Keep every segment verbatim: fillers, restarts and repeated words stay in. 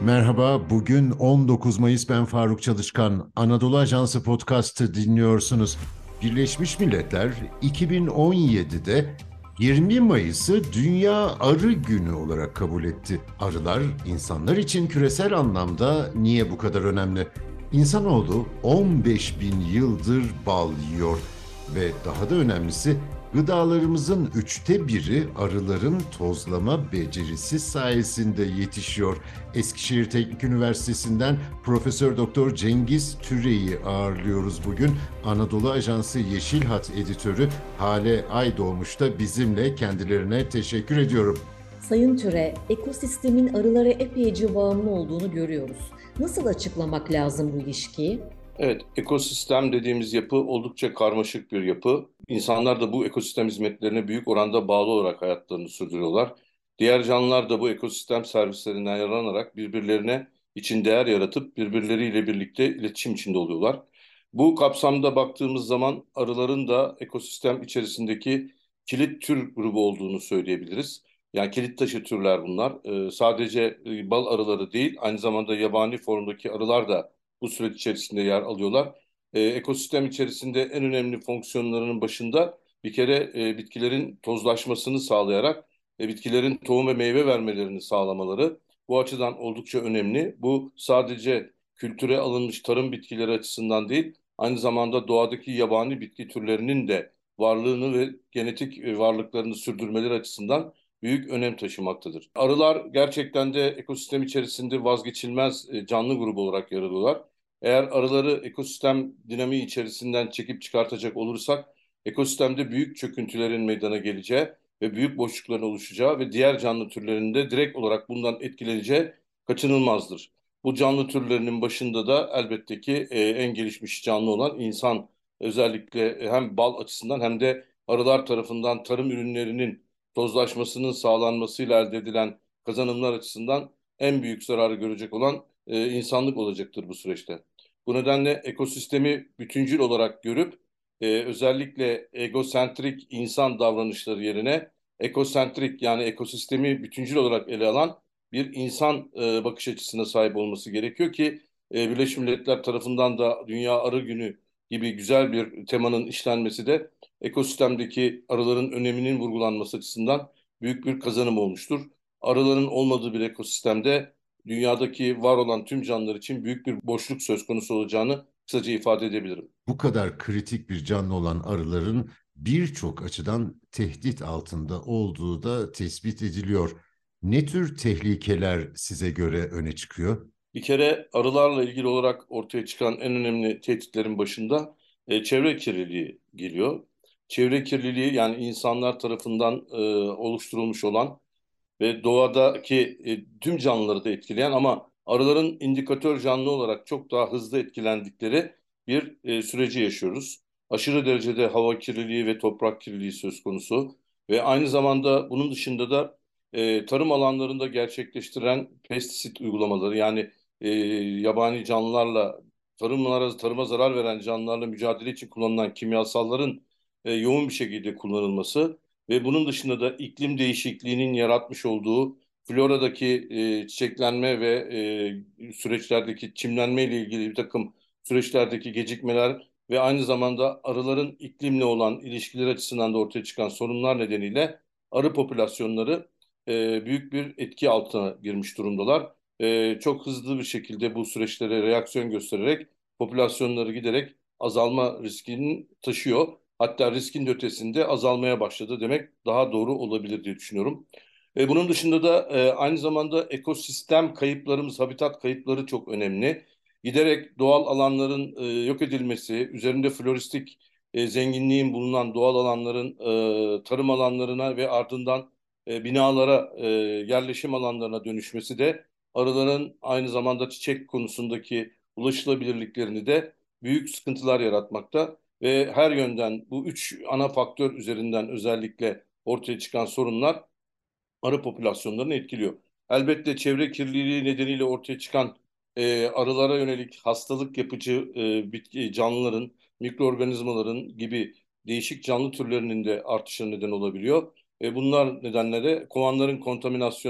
Merhaba, bugün on dokuz Mayıs, ben Faruk Çalışkan. Anadolu Ajansı Podcast'ı dinliyorsunuz. Birleşmiş Milletler iki bin on yedide yirmi Mayıs'ı Dünya Arı Günü olarak kabul etti. Arılar insanlar için küresel anlamda niye bu kadar önemli? İnsanoğlu on beş bin yıldır bal yiyor ve daha da önemlisi gıdalarımızın üçte biri arıların tozlama becerisi sayesinde yetişiyor. Eskişehir Teknik Üniversitesi'nden Profesör Doktor Cengiz Türe'yi ağırlıyoruz bugün. Anadolu Ajansı Yeşil Hat editörü Hale Aydoğmuş da bizimle, kendilerine teşekkür ediyorum. Sayın Türe, ekosistemin arılara epeyce bağımlı olduğunu görüyoruz. Nasıl açıklamak lazım bu ilişkiyi? Evet, ekosistem dediğimiz yapı oldukça karmaşık bir yapı. İnsanlar da bu ekosistem hizmetlerine büyük oranda bağlı olarak hayatlarını sürdürüyorlar. Diğer canlılar da bu ekosistem servislerinden yararlanarak birbirlerine için değer yaratıp birbirleriyle birlikte iletişim içinde oluyorlar. Bu kapsamda baktığımız zaman arıların da ekosistem içerisindeki kilit tür grubu olduğunu söyleyebiliriz. Yani kilit taşı türler bunlar. Ee, sadece e, bal arıları değil, aynı zamanda yabani formdaki arılar da bu süreç içerisinde yer alıyorlar. E, ekosistem içerisinde en önemli fonksiyonlarının başında bir kere e, bitkilerin tozlaşmasını sağlayarak e, bitkilerin tohum ve meyve vermelerini sağlamaları bu açıdan oldukça önemli. Bu sadece kültüre alınmış tarım bitkileri açısından değil, aynı zamanda doğadaki yabani bitki türlerinin de varlığını ve genetik e, varlıklarını sürdürmeleri açısından büyük önem taşımaktadır. Arılar gerçekten de ekosistem içerisinde vazgeçilmez e, canlı grubu olarak yer alıyorlar. Eğer arıları ekosistem dinamiği içerisinden çekip çıkartacak olursak, ekosistemde büyük çöküntülerin meydana geleceği ve büyük boşlukların oluşacağı ve diğer canlı türlerinde direkt olarak bundan etkileneceği kaçınılmazdır. Bu canlı türlerinin başında da elbette ki e, en gelişmiş canlı olan insan, özellikle hem bal açısından hem de arılar tarafından tarım ürünlerinin tozlaşmasının sağlanmasıyla elde edilen kazanımlar açısından en büyük zararı görecek olan e, insanlık olacaktır bu süreçte. Bu nedenle ekosistemi bütüncül olarak görüp e, özellikle egosentrik insan davranışları yerine ekosentrik, yani ekosistemi bütüncül olarak ele alan bir insan e, bakış açısına sahip olması gerekiyor ki e, Birleşmiş Milletler tarafından da Dünya Arı Günü gibi güzel bir temanın işlenmesi de ekosistemdeki arıların öneminin vurgulanması açısından büyük bir kazanım olmuştur. Arıların olmadığı bir ekosistemde dünyadaki var olan tüm canlılar için büyük bir boşluk söz konusu olacağını kısaca ifade edebilirim. Bu kadar kritik bir canlı olan arıların birçok açıdan tehdit altında olduğu da tespit ediliyor. Ne tür tehlikeler size göre öne çıkıyor? Bir kere arılarla ilgili olarak ortaya çıkan en önemli tehditlerin başında e, çevre kirliliği geliyor. Çevre kirliliği, yani insanlar tarafından e, oluşturulmuş olan ve doğadaki e, tüm canlıları da etkileyen ama arıların indikatör canlı olarak çok daha hızlı etkilendikleri bir e, süreci yaşıyoruz. Aşırı derecede hava kirliliği ve toprak kirliliği söz konusu ve aynı zamanda bunun dışında da e, tarım alanlarında gerçekleştirilen pestisit uygulamaları, yani e, yabani canlılarla tarımlara, tarıma zarar veren canlılarla mücadele için kullanılan kimyasalların e, yoğun bir şekilde kullanılması ve bunun dışında da iklim değişikliğinin yaratmış olduğu floradaki e, çiçeklenme ve e, süreçlerdeki çimlenme ile ilgili bir takım süreçlerdeki gecikmeler ve aynı zamanda arıların iklimle olan ilişkileri açısından da ortaya çıkan sorunlar nedeniyle arı popülasyonları e, büyük bir etki altına girmiş durumdalar. E, çok hızlı bir şekilde bu süreçlere reaksiyon göstererek popülasyonları giderek azalma riskini taşıyor. Hatta riskin de ötesinde azalmaya başladı demek daha doğru olabilir diye düşünüyorum. E, bunun dışında da e, aynı zamanda ekosistem kayıplarımız, habitat kayıpları çok önemli. Giderek doğal alanların e, yok edilmesi, üzerinde floristik e, zenginliğin bulunan doğal alanların e, tarım alanlarına ve ardından e, binalara, e, yerleşim alanlarına dönüşmesi de arıların aynı zamanda çiçek konusundaki ulaşılabilirliklerini de büyük sıkıntılar yaratmakta ve her yönden bu üç ana faktör üzerinden özellikle ortaya çıkan sorunlar arı popülasyonlarını etkiliyor. Elbette çevre kirliliği nedeniyle ortaya çıkan e, arılara yönelik hastalık yapıcı e, bitki canlıların, mikroorganizmaların gibi değişik canlı türlerinin de artışına neden olabiliyor. E, bunlar nedenle de kovanların kontaminasyonu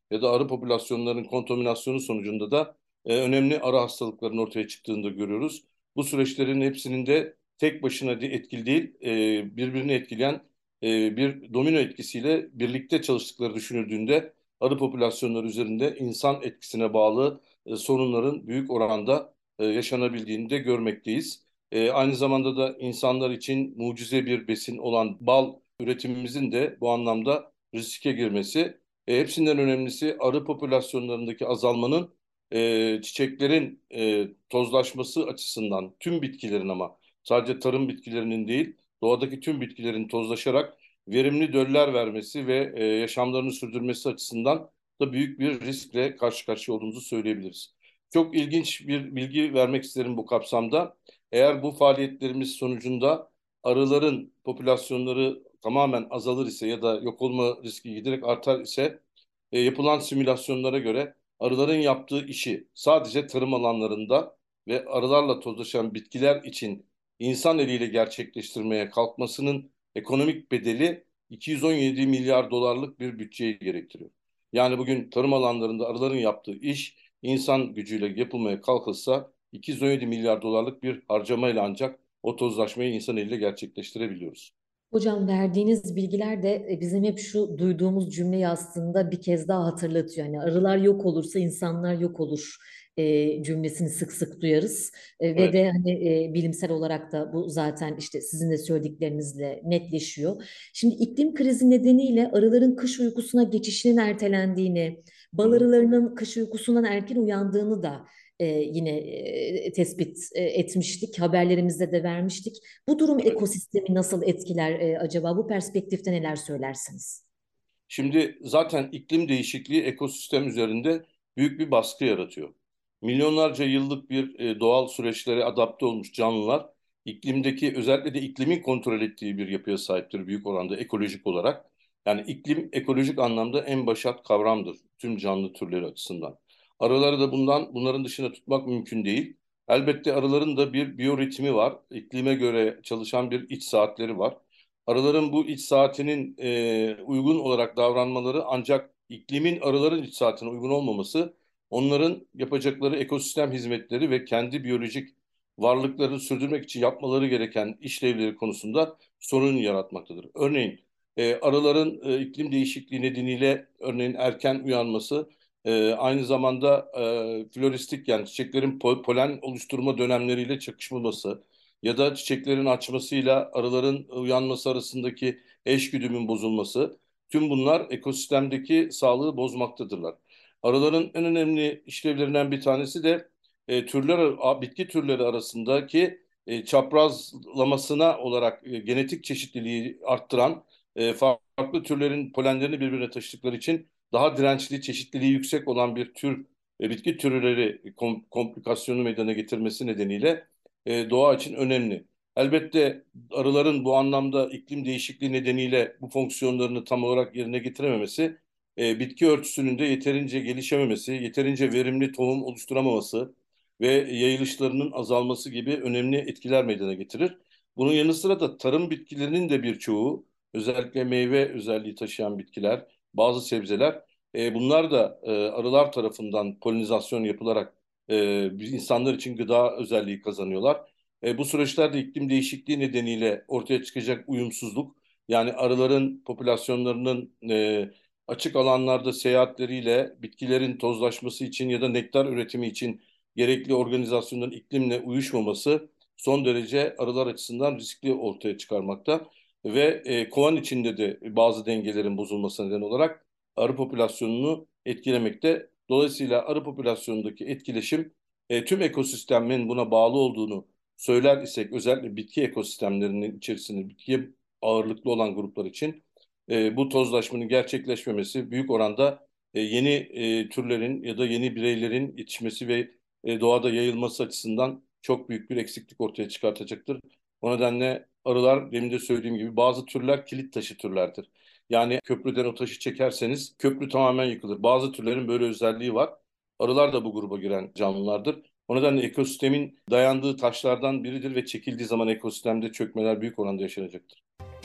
ya da arı popülasyonlarının kontaminasyonu sonucunda da e, önemli arı hastalıklarının ortaya çıktığını da görüyoruz. Bu süreçlerin hepsinin de tek başına de etkili değil, e, birbirini etkileyen e, bir domino etkisiyle birlikte çalıştıkları düşünüldüğünde arı popülasyonları üzerinde insan etkisine bağlı e, sorunların büyük oranda e, yaşanabildiğini de görmekteyiz. E, aynı zamanda da insanlar için mucize bir besin olan bal üretimimizin de bu anlamda riske girmesi. E, hepsinden önemlisi arı popülasyonlarındaki azalmanın e, çiçeklerin e, tozlaşması açısından tüm bitkilerin, ama sadece tarım bitkilerinin değil, doğadaki tüm bitkilerin tozlaşarak verimli döller vermesi ve e, yaşamlarını sürdürmesi açısından da büyük bir riskle karşı karşıya olduğumuzu söyleyebiliriz. Çok ilginç bir bilgi vermek isterim bu kapsamda. Eğer bu faaliyetlerimiz sonucunda arıların popülasyonları tamamen azalır ise ya da yok olma riski giderek artar ise e, yapılan simülasyonlara göre arıların yaptığı işi sadece tarım alanlarında ve arılarla tozlaşan bitkiler için insan eliyle gerçekleştirmeye kalkmasının ekonomik bedeli iki yüz on yedi milyar dolarlık bir bütçeyi gerektiriyor. Yani bugün tarım alanlarında arıların yaptığı iş insan gücüyle yapılmaya kalkılsa iki yüz on yedi milyar dolarlık bir harcamayla ancak o tozlaşmayı insan eliyle gerçekleştirebiliyoruz. Hocam verdiğiniz bilgiler de e, bizim hep şu duyduğumuz cümleyi aslında bir kez daha hatırlatıyor. Yani arılar yok olursa insanlar yok olur e, cümlesini sık sık duyarız. E, ve Evet. de hani e, bilimsel olarak da bu zaten işte sizin de söylediklerinizle netleşiyor. Şimdi iklim krizi nedeniyle arıların kış uykusuna geçişinin ertelendiğini, Hı bal hı. arılarının kış uykusundan erken uyandığını da e, yine e, tespit e, etmiştik. Haberlerimizde de vermiştik. Bu durum Evet. ekosistemi nasıl etkiler e, acaba? Bu perspektifte neler söylersiniz? Şimdi zaten iklim değişikliği ekosistem üzerinde büyük bir baskı yaratıyor. Milyonlarca yıllık bir e, doğal süreçlere adapte olmuş canlılar iklimdeki, özellikle de iklimin kontrol ettiği bir yapıya sahiptir büyük oranda ekolojik olarak. Yani iklim ekolojik anlamda en başat kavramdır tüm canlı türleri açısından. Arıları da bundan bunların dışına tutmak mümkün değil. Elbette arıların da bir biyoritmi var. İklime göre çalışan bir iç saatleri var. Arıların bu iç saatinin e, uygun olarak davranmaları, ancak iklimin arıların iç saatine uygun olmaması onların yapacakları ekosistem hizmetleri ve kendi biyolojik varlıklarını sürdürmek için yapmaları gereken işlevleri konusunda sorun yaratmaktadır. Örneğin e, arıların e, iklim değişikliği nedeniyle örneğin erken uyanması, e, aynı zamanda e, floristik, yani çiçeklerin po polen oluşturma dönemleriyle çakışmaması ya da çiçeklerin açmasıyla arıların uyanması arasındaki eşgüdümün bozulması, tüm bunlar ekosistemdeki sağlığı bozmaktadırlar. Arıların en önemli işlevlerinden bir tanesi de e, türler, a- bitki türleri arasındaki e, çaprazlamasına olarak e, genetik çeşitliliği arttıran, e, farklı türlerin polenlerini birbirine taşıdıkları için daha dirençli, çeşitliliği yüksek olan bir tür e, bitki türleri kom komplikasyonu meydana getirmesi nedeniyle e, doğa için önemli. Elbette arıların bu anlamda iklim değişikliği nedeniyle bu fonksiyonlarını tam olarak yerine getirememesi, e, bitki örtüsünün de yeterince gelişememesi, yeterince verimli tohum oluşturamaması ve yayılışlarının azalması gibi önemli etkiler meydana getirir. Bunun yanı sıra da tarım bitkilerinin de birçoğu, özellikle meyve özelliği taşıyan bitkiler, bazı sebzeler, e, bunlar da e, arılar tarafından polinizasyon yapılarak e, insanlar için gıda özelliği kazanıyorlar. E, bu süreçlerde iklim değişikliği nedeniyle ortaya çıkacak uyumsuzluk, yani arıların popülasyonlarının e, açık alanlarda seyahatleriyle bitkilerin tozlaşması için ya da nektar üretimi için gerekli organizasyonların iklimle uyuşmaması son derece arılar açısından riskli ortaya çıkarmakta ve e, kovan içinde de bazı dengelerin bozulması neden olarak arı popülasyonunu etkilemekte. Dolayısıyla arı popülasyonundaki etkileşim, e, tüm ekosistemin buna bağlı olduğunu söyler isek, özellikle bitki ekosistemlerinin içerisinde bitkiye ağırlıklı olan gruplar için e, bu tozlaşmanın gerçekleşmemesi büyük oranda e, yeni e, türlerin ya da yeni bireylerin yetişmesi ve e, doğada yayılması açısından çok büyük bir eksiklik ortaya çıkartacaktır. O nedenle arılar, demin de söylediğim gibi, bazı türler kilit taşı türlerdir. Yani köprüden o taşı çekerseniz köprü tamamen yıkılır. Bazı türlerin böyle özelliği var. Arılar da bu gruba giren canlılardır. O nedenle ekosistemin dayandığı taşlardan biridir ve çekildiği zaman ekosistemde çökmeler büyük oranda yaşanacaktır.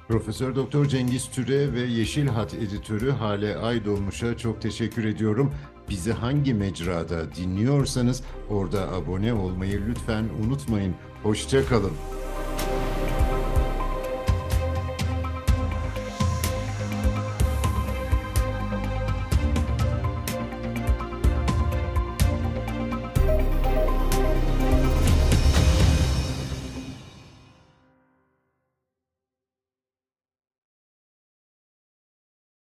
Profesör Doktor Cengiz Türe ve Yeşil Hat editörü Hale Aydoğmuş'a çok teşekkür ediyorum. Bizi hangi mecrada dinliyorsanız orada abone olmayı lütfen unutmayın. Hoşça kalın.